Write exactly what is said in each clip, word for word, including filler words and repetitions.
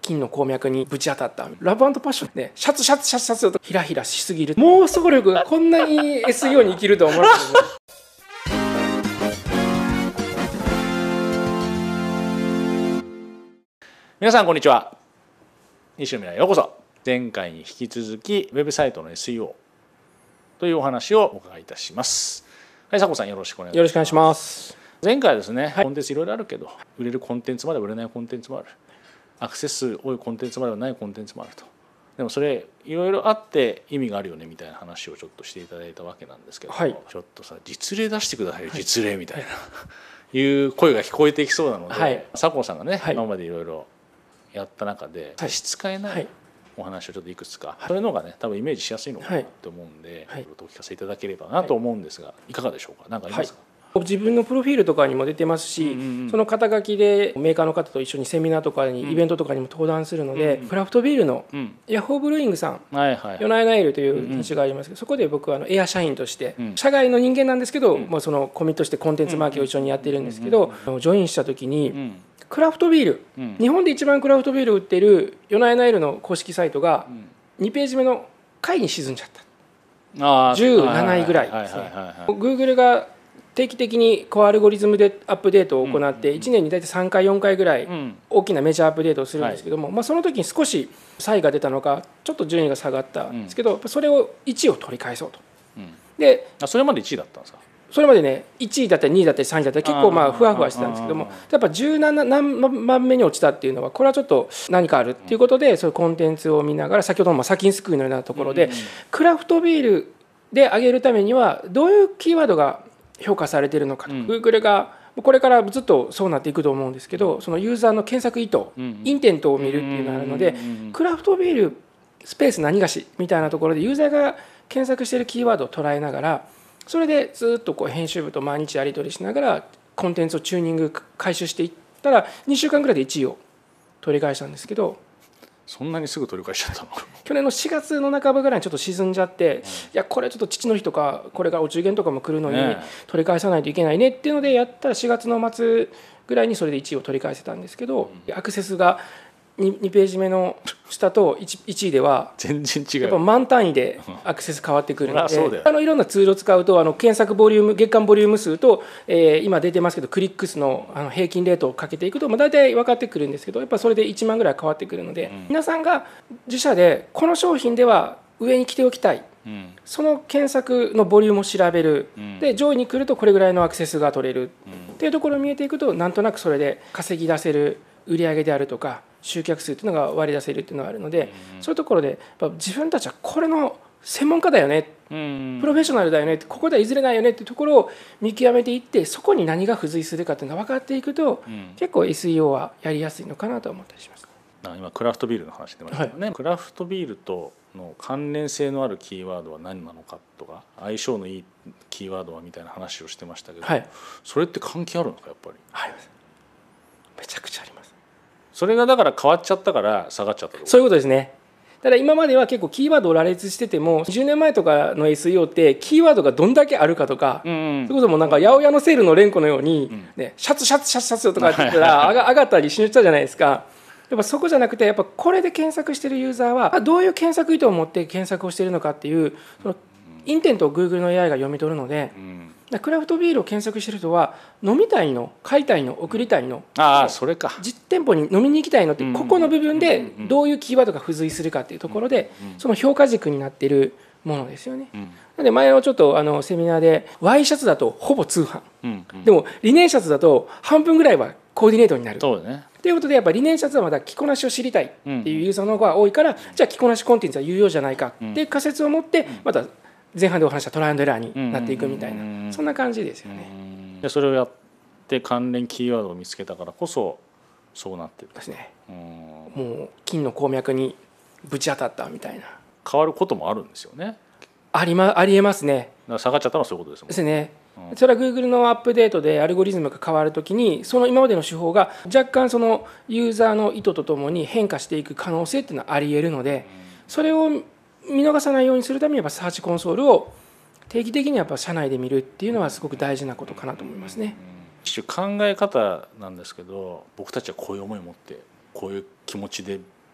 金の鉱脈にぶち当たった。ラブ&パッションね、シャツシャツシャツシャツとヒラヒラしすぎる。妄想力がこんなに エスイーオー に生きるとは思わなかったです。 皆さんこんにちは。西野未来へようこそ。前回に引き続きウェブサイトの エスイーオー というお話をお伺いいたします。はい、佐古さんよろしくお願いします。 よろしくお願いします。 前回はですね、 はい、 コンテンツいろいろあるけど、売れるコンテンツまで売れないコンテンツもある。アクセス数多いコンテンツまではないコンテンツもあると。でもそれいろいろあって意味があるよねみたいな話をちょっとしていただいたわけなんですけど、はい、ちょっとさ実例出してくださいよ、はい、実例みたいないう声が聞こえてきそうなので、はい、佐古さんがね、はい、今までいろいろやった中で差し支えないお話をちょっといくつか、はい、それの方がね多分イメージしやすいのかなと思うんで、はい、お聞かせいただければなと思うんですが、いかがでしょうか。何かありますか。はい、 自分のプロフィールとかにも出てますし、うんうんうん、その肩書きでメーカーの方と一緒にセミナーとかに、うん、イベントとかにも登壇するので、うんうん、クラフトビールの、うん、ヤッホーブルーイングさん、はいはい、ヨナエナイルという品種がありますけど、うんうん、そこで僕はあのエア社員として、うん、社外の人間なんですけど、うん、もうそのコミットしてコンテンツマーケを一緒にやってるんですけど、うんうん、ジョインした時に、うん、クラフトビール、うん、日本で一番クラフトビールを売っているヨナエナイルの公式サイトがにページ目の下位に沈んじゃった、じゅうなないぐらいですね。Google が定期的にこうアルゴリズムでアップデートを行っていちねんに大体さんかいよんかいぐらい大きなメジャーアップデートをするんですけども、まあその時に少し差異が出たのかちょっと順位が下がったんですけど、それをいちいを取り返そうと。でそれまでいちいだったんですか。 それまでねいちいだったりにいだったりさんいだったり結構まあふわふわしてたんですけども、やっぱじゅうなななんばんめに落ちたっていうのはこれはちょっと何かあるっていうことで、そういうコンテンツを見ながら先ほどのサキンスクールのようなところでクラフトビールで上げるためにはどういうキーワードが評価されているのかと、うん、Google がこれからずっとそうなっていくと思うんですけど、そのユーザーの検索意図、うん、インテントを見るっていうのがあるので、クラフトビールスペース何がしみたいなところでユーザーが検索しているキーワードを捉えながら、それでずっとこう編集部と毎日やり取りしながらコンテンツをチューニング回収していったらにしゅうかんぐらいでいちいを取り返したんですけど、 そんなにすぐ取り返しちゃったの。 去年のしがつの半ばぐらいにちょっと沈んじゃって、うん、いやこれちょっと父の日とかこれからお中元とかも来るのに取り返さないといけないねっていうのでやったらしがつの末ぐらいにそれでいちいを取り返せたんですけど、うん、アクセスが 2, にページ目の下と 1, いちいでは全然違う。 やっぱ万単位でアクセス変わってくるので、あのいろんなツールを使うとあの検索ボリューム月間ボリューム数と、えー、今出てますけどクリック数 の, あの平均レートをかけていくと、まあ、大体分かってくるんですけど、やっぱそれでいちまんぐらい変わってくるので、うん、皆さんが自社でこの商品では上に来ておきたい、うん、その検索のボリュームを調べる、うん、で上位に来るとこれぐらいのアクセスが取れる、うん、っていうところを見えていくとなんとなくそれで稼ぎ出せる売上であるとか集客数というのが割り出せるというのがあるので、うん、そういうところでやっぱ自分たちはこれの専門家だよね、うん、プロフェッショナルだよね、ここでは譲れないよねっていうところを見極めていって、そこに何が付随するかというのが分かっていくと、うん、結構 エスイーオー はやりやすいのかなと思ったりします。 今クラフトビールの話出ましたけどね、はい、クラフトビールとの関連性のあるキーワードは何なのかとか相性のいいキーワードはみたいな話をしてましたけど、はい、それって関係あるのか。やっぱりあります。めちゃくちゃあります。 それがだから変わっちゃったから下がっちゃった。 そういうことですね。ただ今までは結構キーワードを羅列しててもじゅうねんまえとかの エスイーオー ってキーワードがどんだけあるかとか、うんうん、それこそもうなんか八百屋のセールの連呼のように、うんね、シャツシャツシャツシャツとかって言ったら上がったりしにしたじゃないですか。やっぱそこじゃなくて、やっぱこれで検索してるユーザーはどういう検索意図を持って検索をしているのかっていうそのインテントを Google の エーアイ が読み取るので、うん、クラフトビールを検索してる人は飲みたいの買いたいの送りたいの、 ああそれか実店舗に飲みに行きたいのって、ここの部分でどういうキーワードが付随するかっていうところでその評価軸になっているものですよね。うん、なので前のちょっとあのセミナーでワイシャツだとほぼ通販、うんうん、でもリネンシャツだと半分ぐらいはコーディネートになる。 そうだね。 ということでやっぱりリネンシャツはまだ着こなしを知りたいっていうユーザーの方が多いから、うん、じゃあ着こなしコンテンツは有用じゃないかっていう仮説を持ってまた前半でお話したトライアンドエラーになっていくみたいな、うん、そんな感じですよね。 でそれをやって関連キーワードを見つけたからこそそうなってるですね。うん、もう金の鉱脈にぶち当たったみたいな。 変わることもあるんですよね。 ありま、ありえますね。 だから下がっちゃったのはそういうことですもんね。 ですね。それは Google のアップデートでアルゴリズムが変わるときにその今までの手法が若干そのユーザーの意図とともに変化していく可能性っていうのはあり得るので、それを見逃さないようにするためにやっぱサーチコンソールを定期的にやっぱ社内で見るっていうのはすごく大事なことかなと思いますね。 一種考え方なんですけど、僕たちはこういう思いを持ってこういう気持ちで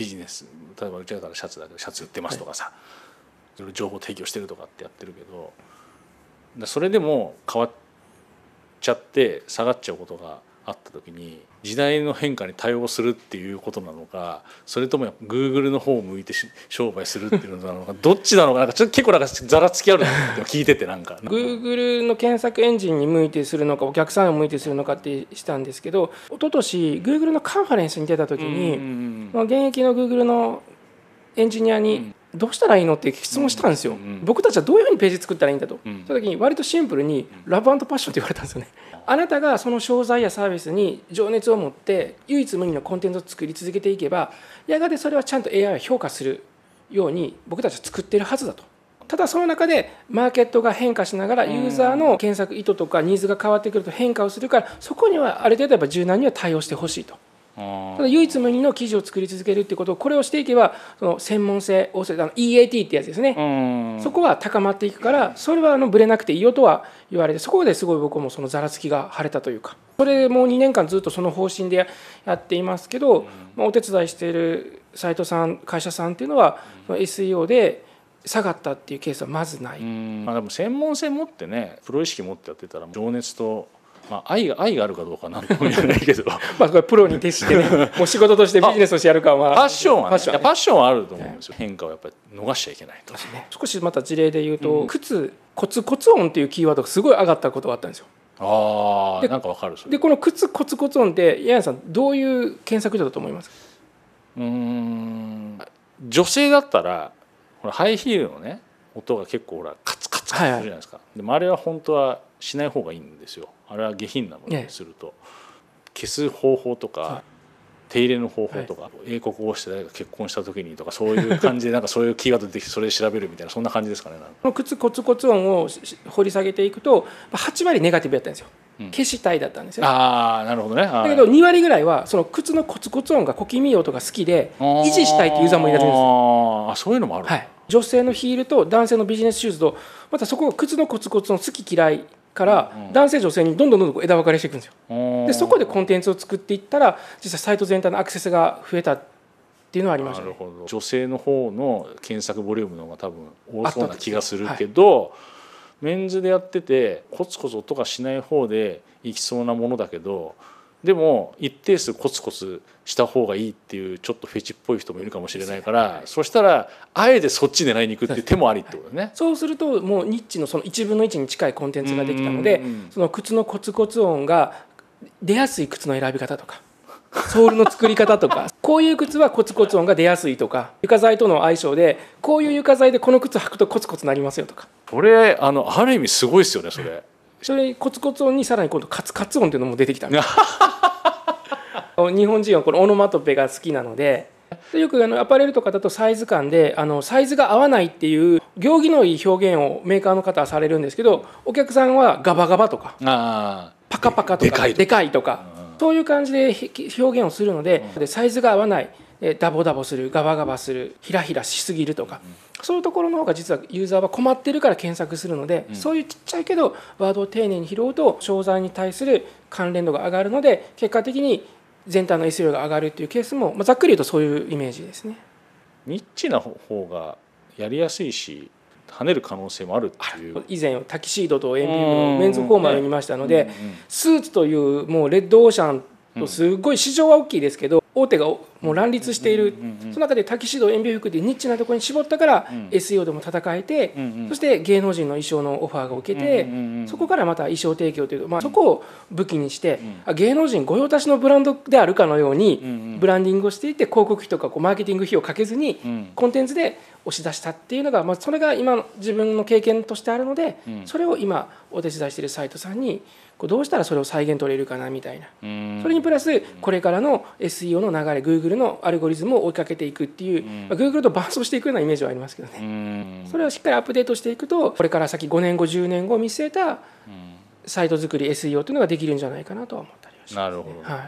ビジネス、例えばうちだったらシャツだけどシャツ売ってますとかさ、はい、それ情報提供してるとかってやってるけど、それでも変わっちゃって下がっちゃうことがあった時に時代の変化に対応するっていうことなのか、それともやっぱ Google の方を向いて商売するっていうのなのかどっちなのか、なんかちょっと結構なんかざらつきあるなって聞いてて、なんか Google の検索エンジンに向いてするのかお客さんを向いてするのかってしたんですけど、一昨年 Google のカンファレンスに出た時に、まあ、現役の Google のエンジニアにどうしたらいいのって質問したんですよ、うんうんうん、僕たちはどういうふうにページ作ったらいいんだと、うん、その時に割とシンプルにラブ&パッションって言われたんですよね。あなたがその商材やサービスに情熱を持って唯一無二のコンテンツを作り続けていけば、やがてそれはちゃんと エーアイ は評価するように僕たちは作っているはずだと。ただその中でマーケットが変化しながらユーザーの検索意図とかニーズが変わってくると変化をするから、そこにはある程度やっぱ柔軟には対応してほしいと。ただ唯一無二の記事を作り続けるっていうことを、これをしていけばその専門性、イーエーティー ってやつですね、そこは高まっていくから、それはあのブレなくていいよとは言われて、そこですごい僕もそのざらつきが晴れたというか、それもうにねんかんずっとその方針でやっていますけど、まあ、お手伝いしているサイトさん会社さんっていうのは エスイーオー で下がったっていうケースはまずない。 まあ、でも専門性持ってね、プロ意識持ってやってたら情熱とまあ、愛が愛があるかどうかなんとも言えないけどまあこれプロに徹してねもう仕事としてビジネスとしてやるかはパッションは、ね、パッションは、ね、パッションはあると思うんですよ、はい、変化をやっぱり逃しちゃいけないと、 ね、少しまた事例で言うと、うん、靴コツコツ音っていうキーワードがすごい上がったことがあったんですよ。 ああ、なんかわかる。それでこの靴コツコツ音って柳さんどういう検索だと思いますか？ うーん、女性だったらほらハイヒールのね音が結構ほらカツカツカツするじゃないですか、はいはい、でもあれは本当はしない方がいいんですよ。あれは下品なのですると、ね、消す方法とか、はい、手入れの方法とか、はい、英国語をして誰か結婚した時にとかそういう感じでなんかそういうキーワード出てきてそれで調べるみたいな、そんな感じですかね。 この靴コツコツ音を掘り下げていくとはちわりネガティブだったんですよ、うん、消したいだったんですよ。 ああ、なるほどね。 だけどにわりぐらいはその靴のコツコツ音が小気味いい音が好きで維持したいっていうユーザーもいらっしゃるんですよ。 ああ、そういうのもある、はい、 女性のヒールと男性のビジネスシューズとまたそこが靴のコツコツの好き嫌いから男性女性にどんどんどんどん枝分かれしていくんですよ。でそこでコンテンツを作っていったら実際サイト全体のアクセスが増えたっていうのはありましたね。 なるほど。女性の方の検索ボリュームの方が多分多そうな気がするけど、はい、メンズでやっててコツコツ音がしない方でいきそうなものだけど、でも一定数コツコツした方がいいっていうちょっとフェチっぽい人もいるかもしれないから、はい、そしたらあえてそっち狙いに行くっていう手もありってことですね。 そうするともうニッチのそのいちぶんのいちに近いコンテンツができたので、その靴のコツコツ音が出やすい靴の選び方とかソールの作り方とかこういう靴はコツコツ音が出やすいとか、床材との相性でこういう床材でこの靴履くとコツコツなりますよとか、 これあのある意味すごいですよね。それそれコツコツ音にさらに今度カツカツ音っていうのも出てきたんです日本人はこのオノマトペが好きなので、よくあのアパレルとかだとサイズ感であのサイズが合わないっていう行儀のいい表現をメーカーの方はされるんですけど、お客さんはガバガバとかあパカパカとか で, かいでかいとか、そういう感じで表現をするので、でサイズが合わない、ダボダボする、ガバガバする、ヒラヒラしすぎるとか、そういうところの方が実はユーザーは困ってるから検索するので、そういうちっちゃいけどワードを丁寧に拾うと商材に対する関連度が上がるので、結果的に全体の エスイーオー が上がるっていうケースも、まあ、ざっくり言うとそういうイメージですね。 ニッチな方がやりやすいし跳ねる可能性もあるっていう。 以前タキシードとエンビウムのメンズフォーマルに見ましたので、スーツというもうレッドオーシャンとすごい市場は大きいですけど大手がもう乱立している、その中でタキシード、エンビウム服でニッチなところに絞ったから エスイーオー でも戦えて、そして芸能人の衣装のオファーが受けて、そこからまた衣装提供という、まあ、そこを武器にして芸能人御用達のブランドであるかのようにブランディングをしていて、広告費とかこうマーケティング費をかけずにコンテンツで押し出したっていうのが、まあ、それが今の自分の経験としてあるので、それを今お手伝いしているサイトさんにどうしたらそれを再現取れるかなみたいな、それにプラスこれからの エスイーオー の流れ、 Google のアルゴリズムを追いかけていくっていう、まあ、Google と伴走していくようなイメージはありますけどね。それをしっかりアップデートしていくと、これから先ごねんごじゅうねんごを見据えたサイト作り エスイーオー というのができるんじゃないかなとは思ったりはします、ね。 なるほどね、はい、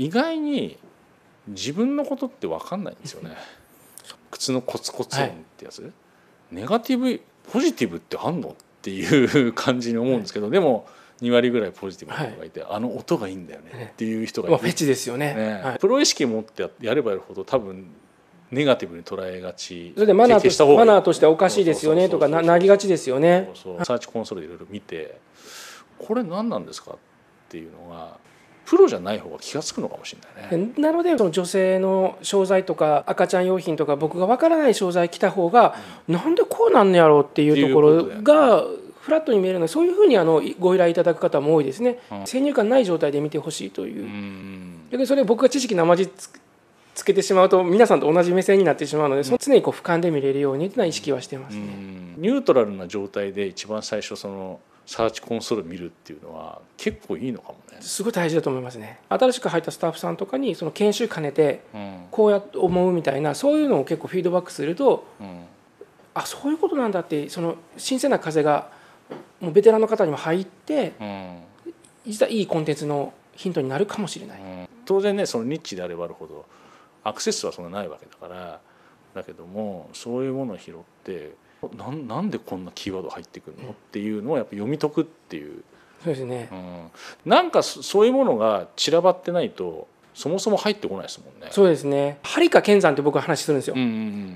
意外に自分のことって分かんないんですよね靴のコツコツ音ってやつ、はい、ネガティブポジティブってあんのっていう感じに思うんですけど、はい、でもにわりぐらいポジティブな人がいて、はい、あの音がいいんだよねっていう人がいる、 フェチですよね、 ね、はい、プロ意識持ってやればやるほど多分ネガティブに捉えがち、 それでマナーとしてマナーとしておかしいですよねとかなりがちですよね。 そうそうサーチコンソールでいろいろ見てこれ何なんですかっていうのがプロじゃない方が気が付くのかもしれないね。 なのでその女性の商材とか赤ちゃん用品とか僕が分からない商材来た方が、うん、なんでこうなんねやろうっていうところがフラットに見えるので、そういうふうにあのご依頼いただく方も多いですね、うん、先入観ない状態で見てほしいという、うん、でそれ僕が知識なまじつつけてしまうと皆さんと同じ目線になってしまうので、その常にこう俯瞰で見れるようにというのは意識はしてますね。 ニュートラルな状態で一番最初そのサーチコンソール見るっていうのは結構いいのかもね。 すごい大事だと思いますね。新しく入ったスタッフさんとかにその研修兼ねてこうやって思うみたいな、そういうのを結構フィードバックすると、うん、あそういうことなんだって、その新鮮な風がもうベテランの方にも入って、うん、実はいいコンテンツのヒントになるかもしれない、うん、 当然ねそのニッチであればあるほどアクセスはそんなないわけだから、だけどもそういうものを拾ってな ん, なんでこんなキーワード入ってくるの、うん、っていうのをやっぱ読み解くっていう。 そうですね、 うん、なんかそういうものが散らばってないとそもそも入ってこないですもんね。 そうですね。針か剣山って僕は話するんですよ、うんうんうん、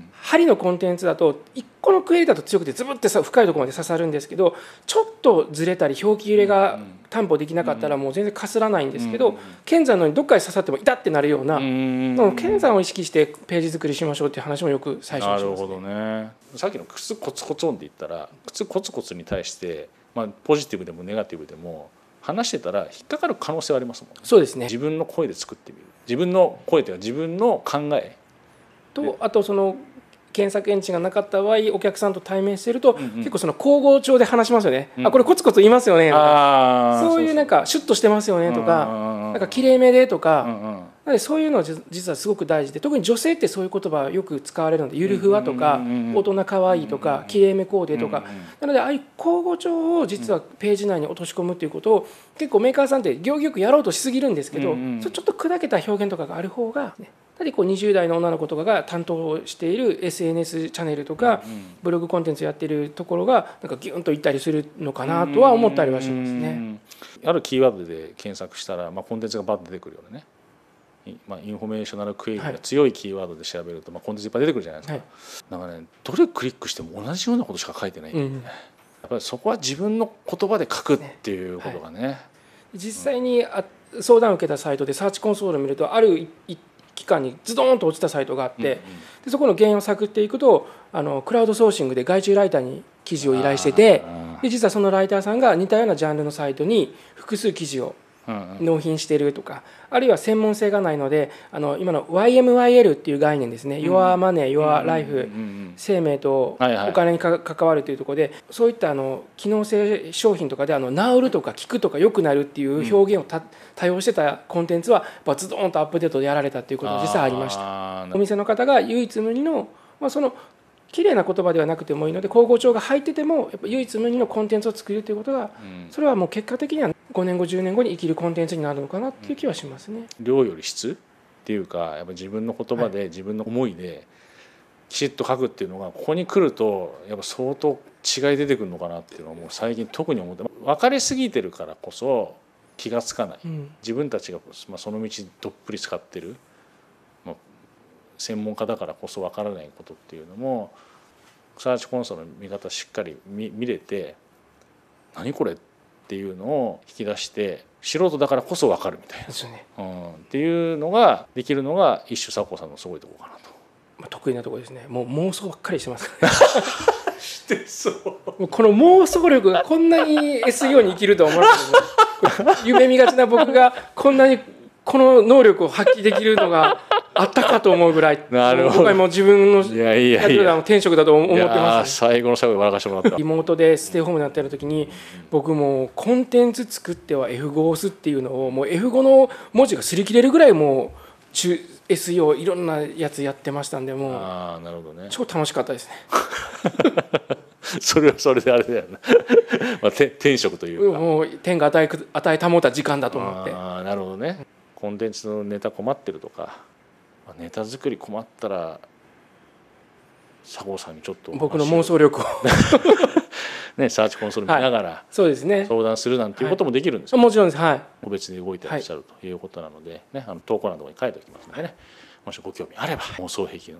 針のコンテンツだといっこのクエリだと強くてズブってさ深いところまで刺さるんですけど、ちょっとずれたり表記揺れが担保できなかったらもう全然かすらないんですけど、うんうん、剣山のようにどっかに刺さっても痛ってなるような、うんうん、剣山を意識してページ作りしましょうっていう話もよく最初にします、ね、 なるほどね。さっきの靴コツコツ音で言ったら靴コツコツに対して、まあ、ポジティブでもネガティブでも話してたら引っかかる可能性はありますもんね。 そうですね。 自分の声で作ってみる、自分の声というか自分の考えと、あとその検索エンジンがなかった場合お客さんと対面してると、うんうん、結構その口語調で話しますよね、うん、あこれコツコツ言いますよねとか、そういうなんかシュッとしてますよねとか、なんか綺麗めでとか、うんうん、なのでそういうのは実はすごく大事で、特に女性ってそういう言葉よく使われるので、ゆるふわとか、うんうんうん、大人かわいいとか、綺麗めコーデとか、うんうん、なのでああいう口語調を実はページ内に落とし込むということを結構メーカーさんって行儀よくやろうとしすぎるんですけど、うんうん、それちょっと砕けた表現とかがある方が、ね、やはりこうにじゅう代の女の子とかが担当している エスエヌエス チャンネルとかブログコンテンツやってるところがなんかギュンといったりするのかなとは思ったりはしますね。 あるキーワードで検索したら、まあ、コンテンツがバッと出てくるようなね、まあ、インフォメーショナルクエリが強いキーワードで調べると、まあ、コンテンツいっぱい出てくるじゃないですか、はい、だからねどれクリックしても同じようなことしか書いてないんだよね、うん、やっぱりそこは自分の言葉で書くっていうことがね、ね、はい、実際にあ相談を受けたサイトでサーチコンソールを見るとある期間にズドーンと落ちたサイトがあって、うんうん、でそこの原因を探っていくとあのクラウドソーシングで外注ライターに記事を依頼してて、で実はそのライターさんが似たようなジャンルのサイトに複数記事を納品しているとか、あるいは専門性がないのであの今の ワイエムワイエル っていう概念ですね、Your Money, Your Life、生命とお金にか関わるというところで、そういったあの機能性商品とかであの治るとか効くとか良くなるっていう表現をた多用してたコンテンツはズドーンとアップデートでやられたということが実際ありました。お店の方が唯一無二の、まあ、その綺麗な言葉ではなくてもいいので口語調が入っててもやっぱ唯一無二のコンテンツを作るということが、それはもう結果的にはごねんごじゅうねんごに生きるコンテンツになるのかなっていう気はしますね。 量より質っていうかやっぱ自分の言葉で自分の思いできちっと書くっていうのがここに来るとやっぱ相当違い出てくるのかなっていうのはもう最近特に思って、分かりすぎてるからこそ気がつかない、うん、自分たちがその道どっぷり使ってる専門家だからこそ分からないことっていうのもサーチコンソールの見方しっかり 見, 見れて何これっていうのを引き出して素人だからこそ分かるみたいな、ですね、うん、っていうのができるのが一種佐藤さんのすごいところかなと、 まあ、得意なところですね。もう妄想ばっかりしてますしてそうこの妄想力がこんなに エスイーオー に生きるとは思わなかった夢見がちな僕がこんなにこの能力を発揮できるのがあったかと思うぐらい、 なるほど、 僕はもう自分のいやいやいや天職だと思ってます、 ね、最後の最後で笑かしてもらったリモートでステイホームになっている時に僕もコンテンツ作っては エフご を押すっていうのをもう エフご の文字が擦り切れるぐらいもう中 エスイーオー いろんなやつやってましたんで、もうあなるほど、ね、 超楽しかったですねそれはそれであれだよねまあ天職というかもう天が与え与え保った時間だと思って。 あなるほどね。コンテンツのネタ困ってるとかネタ作り困ったら佐合さんにちょっと僕の妄想力をね、サーチコンソール見ながら、はい、 そうですね、 相談するなんていうこともできるんですよ、 はい、もちろんです、はい、 個別に動いてらっしゃるということなので、ね、あの投稿欄のところに書いておきますのでね、もしご興味あれば妄想癖の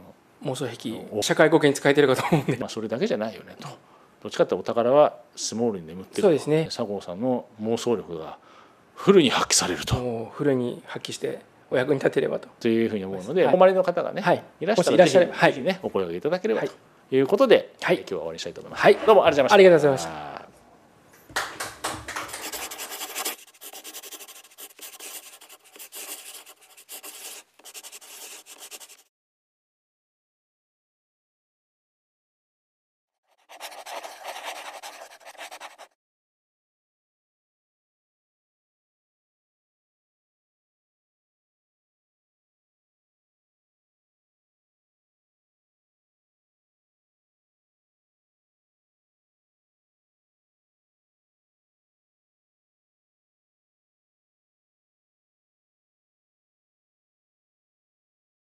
妄想癖社会貢献に使えてるかと思うんで、 まあ、それだけじゃないよねと。どっちかってお宝はスモールに眠ってる。 そうですね。 佐合さんの妄想力がフルに発揮されると。 もうフルに発揮してお役に立てればと。 というふうに思うので、お困りの方がね、 はい、 いらっしゃらぜひねお声掛けいただければということで、はい、今日は終わりにしたいと思います。 はい、 どうもありがとうございました。 ありがとうございました。